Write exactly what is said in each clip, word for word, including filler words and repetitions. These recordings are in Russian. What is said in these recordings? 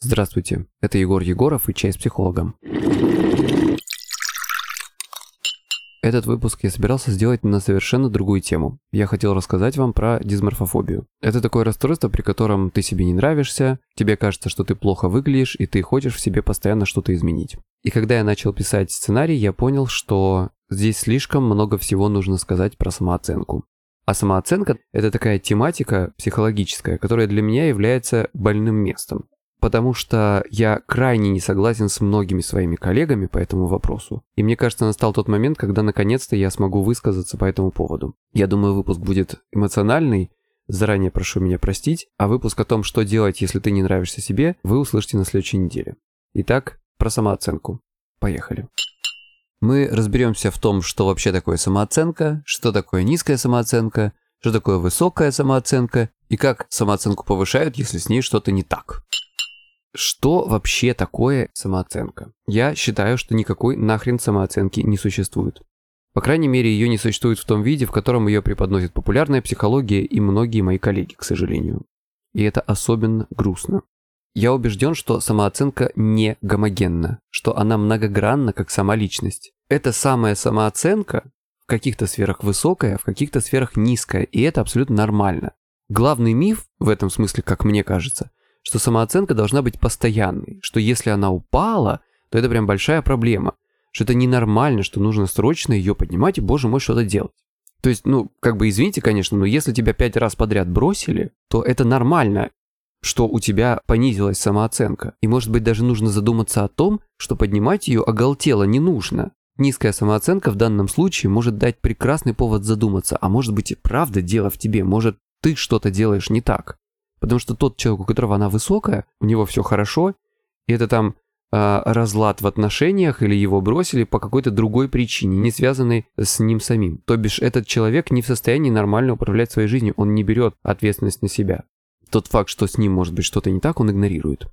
Здравствуйте, это Егор Егоров и «Чай с психологом». Этот выпуск я собирался сделать на совершенно другую тему. Я хотел рассказать вам про дисморфофобию. Это такое расстройство, при котором ты себе не нравишься, тебе кажется, что ты плохо выглядишь, и ты хочешь в себе постоянно что-то изменить. И когда я начал писать сценарий, я понял, что здесь слишком много всего нужно сказать про самооценку. А самооценка – это такая тематика психологическая, которая для меня является больным местом. Потому что я крайне не согласен с многими своими коллегами по этому вопросу. И мне кажется, настал тот момент, когда наконец-то я смогу высказаться по этому поводу. Я думаю, выпуск будет эмоциональный, заранее прошу меня простить, а выпуск о том, что делать, если ты не нравишься себе, вы услышите на следующей неделе. Итак, про самооценку. Поехали. Мы разберемся в том, что вообще такое самооценка, что такое низкая самооценка, что такое высокая самооценка и как самооценку повышают, если с ней что-то не так. Что вообще такое самооценка? Я считаю, что никакой нахрен самооценки не существует. По крайней мере, ее не существует в том виде, в котором ее преподносит популярная психология и многие мои коллеги, к сожалению. И это особенно грустно. Я убежден, что самооценка не гомогенна, что она многогранна, как сама личность. Эта самая самооценка в каких-то сферах высокая, в каких-то сферах низкая, и это абсолютно нормально. Главный миф в этом смысле, как мне кажется, что самооценка должна быть постоянной, что если она упала, то это прям большая проблема, что это ненормально, что нужно срочно ее поднимать и, боже мой, что-то делать. То есть, ну, как бы извините, конечно, но если тебя пять раз подряд бросили, то это нормально, что у тебя понизилась самооценка. И, может быть, даже нужно задуматься о том, что поднимать ее оголтело не нужно. Низкая самооценка в данном случае может дать прекрасный повод задуматься, а может быть и правда дело в тебе, может ты что-то делаешь не так. Потому что тот человек, у которого она высокая, у него все хорошо, и это там э, разлад в отношениях или его бросили по какой-то другой причине, не связанной с ним самим. То бишь этот человек не в состоянии нормально управлять своей жизнью, он не берет ответственность на себя. Тот факт, что с ним может быть что-то не так, он игнорирует.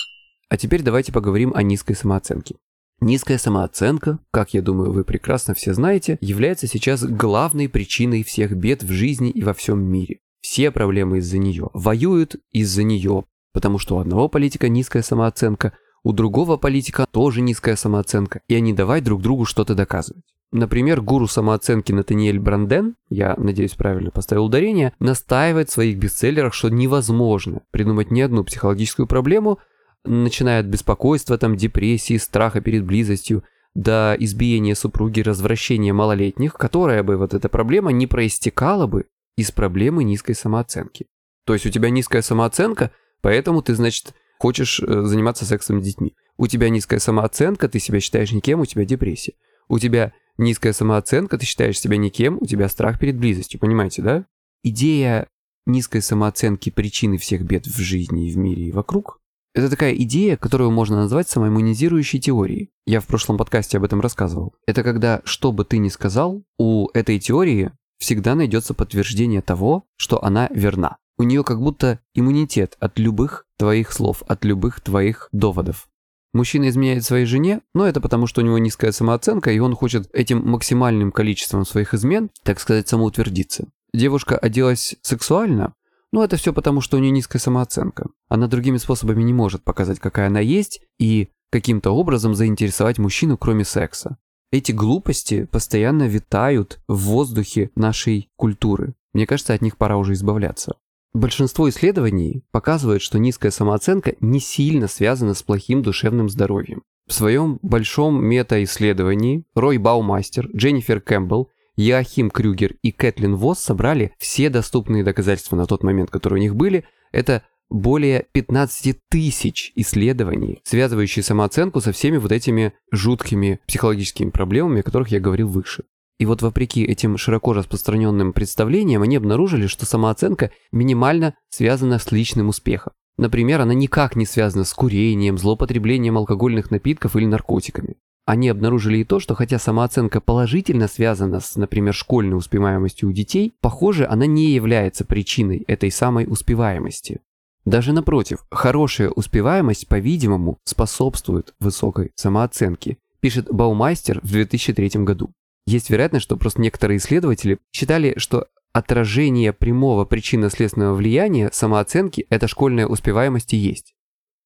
А теперь давайте поговорим о низкой самооценке. Низкая самооценка, как я думаю, вы прекрасно все знаете, является сейчас главной причиной всех бед в жизни и во всем мире. Все проблемы из-за нее. Воюют из-за нее, потому что у одного политика низкая самооценка, у другого политика тоже низкая самооценка, и они давай друг другу что-то доказывать. Например, гуру самооценки Натаниэль Бранден, я надеюсь, правильно поставил ударение, настаивает в своих бестселлерах, что невозможно придумать ни одну психологическую проблему, начиная от беспокойства, там, депрессии, страха перед близостью, до избиения супруги, развращения малолетних, которая бы вот эта проблема не проистекала бы из проблемы низкой самооценки. То есть у тебя низкая самооценка, поэтому ты, значит, хочешь заниматься сексом с детьми. У тебя низкая самооценка, ты себя считаешь никем, у тебя депрессия. У тебя низкая самооценка, ты считаешь себя никем, у тебя страх перед близостью, понимаете, да? Идея низкой самооценки причины всех бед в жизни и в мире и вокруг – это такая идея, которую можно назвать самоиммунизирующей теорией. Я в прошлом подкасте об этом рассказывал. Это когда, что бы ты ни сказал, у этой теории всегда найдется подтверждение того, что она верна. У нее как будто иммунитет от любых твоих слов, от любых твоих доводов. Мужчина изменяет своей жене, но это потому, что у него низкая самооценка, и он хочет этим максимальным количеством своих измен, так сказать, самоутвердиться. Девушка оделась сексуально, но это все потому, что у нее низкая самооценка. Она другими способами не может показать, какая она есть, и каким-то образом заинтересовать мужчину, кроме секса. Эти глупости постоянно витают в воздухе нашей культуры. Мне кажется, от них пора уже избавляться. Большинство исследований показывает, что низкая самооценка не сильно связана с плохим душевным здоровьем. В своем большом мета-исследовании Рой Баумастер, Дженнифер Кэмпбелл, Йоахим Крюгер и Кэтлин Восс собрали все доступные доказательства на тот момент, которые у них были. Это более пятнадцать тысяч исследований, связывающие самооценку со всеми вот этими жуткими психологическими проблемами, о которых я говорил выше. И вот вопреки этим широко распространенным представлениям, они обнаружили, что самооценка минимально связана с личным успехом. Например, она никак не связана с курением, злоупотреблением алкогольных напитков или наркотиками. Они обнаружили и то, что хотя самооценка положительно связана с, например, школьной успеваемостью у детей, похоже, она не является причиной этой самой успеваемости. Даже напротив, хорошая успеваемость, по-видимому, способствует высокой самооценке, пишет Баумастер в две тысячи третьем году. Есть вероятность, что просто некоторые исследователи считали, что отражение прямого причинно-следственного влияния самооценки – это школьная успеваемость и есть.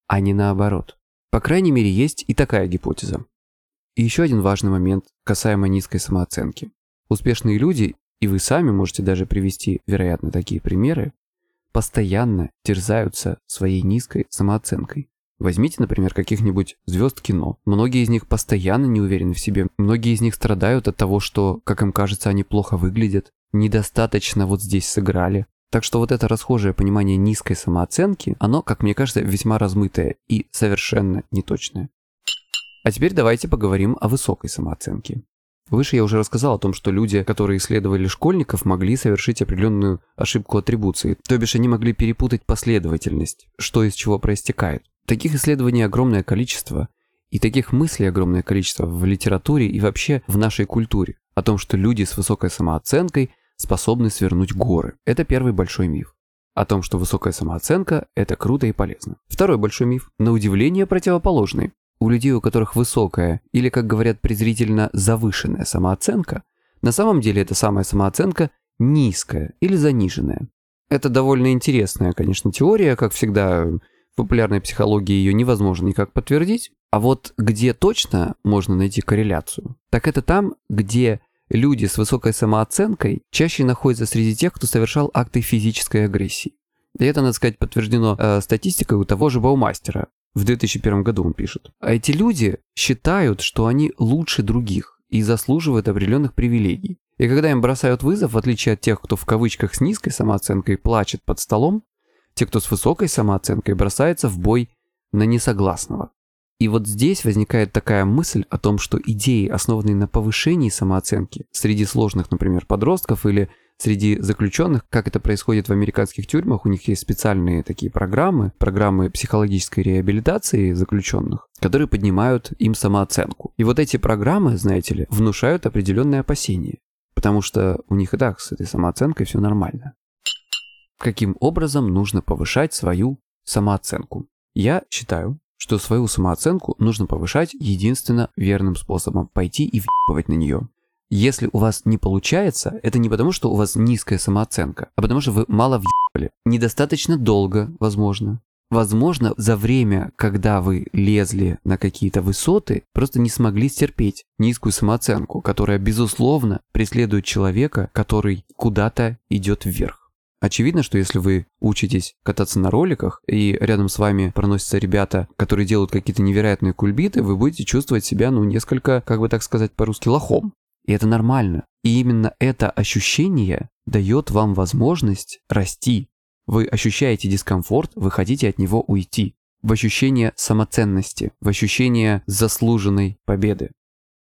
а не наоборот. По крайней мере, есть и такая гипотеза. И еще один важный момент касаемо низкой самооценки. Успешные люди, и вы сами можете даже привести, вероятно, такие примеры, постоянно терзаются своей низкой самооценкой. Возьмите, например, каких-нибудь звезд кино. Многие из них постоянно не уверены в себе. Многие из них страдают от того, что, как им кажется, они плохо выглядят, недостаточно вот здесь сыграли. Так что вот это расхожее понимание низкой самооценки, оно, как мне кажется, весьма размытое и совершенно неточное. А теперь давайте поговорим о высокой самооценке. Выше я уже рассказал о том, что люди, которые исследовали школьников, могли совершить определенную ошибку атрибуции. То бишь они могли перепутать последовательность, что из чего проистекает. Таких исследований огромное количество, и таких мыслей огромное количество в литературе и вообще в нашей культуре. О том, что люди с высокой самооценкой способны свернуть горы. Это первый большой миф. О том, что высокая самооценка – это круто и полезно. Второй большой миф, на удивление противоположный. У людей, у которых высокая или, как говорят презрительно, завышенная самооценка, на самом деле эта самая самооценка низкая или заниженная. Это довольно интересная, конечно, теория, как всегда, в популярной психологии ее невозможно никак подтвердить. А вот где точно можно найти корреляцию, так это там, где люди с высокой самооценкой чаще находятся среди тех, кто совершал акты физической агрессии. И это, надо сказать, подтверждено э, статистикой у того же Баумастера. В две тысячи первом году он пишет. А эти люди считают, что они лучше других и заслуживают определенных привилегий. И когда им бросают вызов, в отличие от тех, кто в кавычках с низкой самооценкой плачет под столом, те, кто с высокой самооценкой, бросаются в бой на несогласного. И вот здесь возникает такая мысль о том, что идеи, основанные на повышении самооценки среди сложных, например, подростков или среди заключенных, как это происходит в американских тюрьмах, у них есть специальные такие программы, программы психологической реабилитации заключенных, которые поднимают им самооценку. И вот эти программы, знаете ли, внушают определенные опасения, потому что у них и так с этой самооценкой все нормально. Каким образом нужно повышать свою самооценку? Я считаю, что свою самооценку нужно повышать единственно верным способом – пойти и въебывать на нее. Если у вас не получается, это не потому, что у вас низкая самооценка, а потому что вы мало въебали. Недостаточно долго, возможно. Возможно, за время, когда вы лезли на какие-то высоты, просто не смогли стерпеть низкую самооценку, которая, безусловно, преследует человека, который куда-то идет вверх. Очевидно, что если вы учитесь кататься на роликах, и рядом с вами проносятся ребята, которые делают какие-то невероятные кульбиты, вы будете чувствовать себя, ну, несколько, как бы так сказать по-русски, лохом. И это нормально. И именно это ощущение дает вам возможность расти. Вы ощущаете дискомфорт, вы хотите от него уйти. В ощущение самоценности, в ощущение заслуженной победы.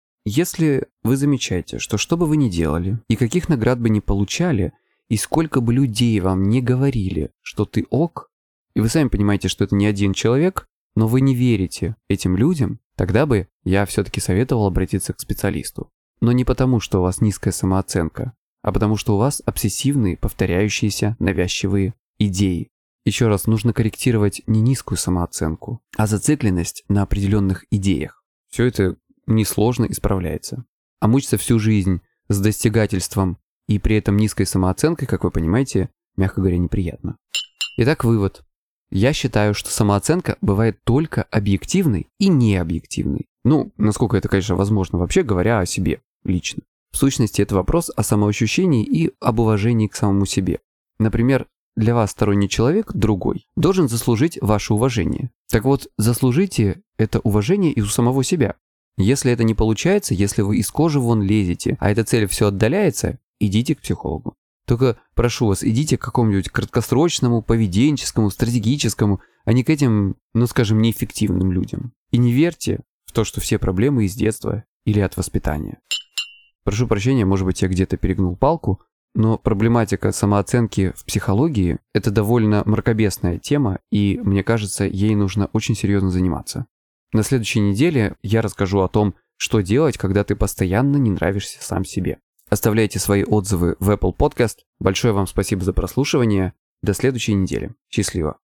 Если вы замечаете, что что бы вы ни делали, и каких наград бы ни получали, и сколько бы людей вам не говорили, что ты ок, и вы сами понимаете, что это не один человек, но вы не верите этим людям, тогда бы я все-таки советовал обратиться к специалисту. Но не потому, что у вас низкая самооценка, а потому, что у вас обсессивные, повторяющиеся, навязчивые идеи. Еще раз, нужно корректировать не низкую самооценку, а зацикленность на определенных идеях. Все это несложно исправляется. А мучиться всю жизнь с достигательством и при этом низкой самооценкой, как вы понимаете, мягко говоря, неприятно. Итак, вывод. Я считаю, что самооценка бывает только объективной и необъективной. Ну, насколько это, конечно, возможно, вообще говоря о себе лично. В сущности, это вопрос о самоощущении и об уважении к самому себе. Например, для вас сторонний человек, другой, должен заслужить ваше уважение. Так вот, заслужите это уважение и у самого себя. Если это не получается, если вы из кожи вон лезете, а эта цель все отдаляется, идите к психологу. Только прошу вас, идите к какому-нибудь краткосрочному, поведенческому, стратегическому, а не к этим, ну скажем, неэффективным людям. И не верьте в то, что все проблемы из детства или от воспитания. Прошу прощения, может быть, я где-то перегнул палку, но проблематика самооценки в психологии – это довольно мракобесная тема, и, мне кажется, ей нужно очень серьезно заниматься. На следующей неделе я расскажу о том, что делать, когда ты постоянно не нравишься сам себе. Оставляйте свои отзывы в Apple Podcast. Большое вам спасибо за прослушивание. До следующей недели. Счастливо.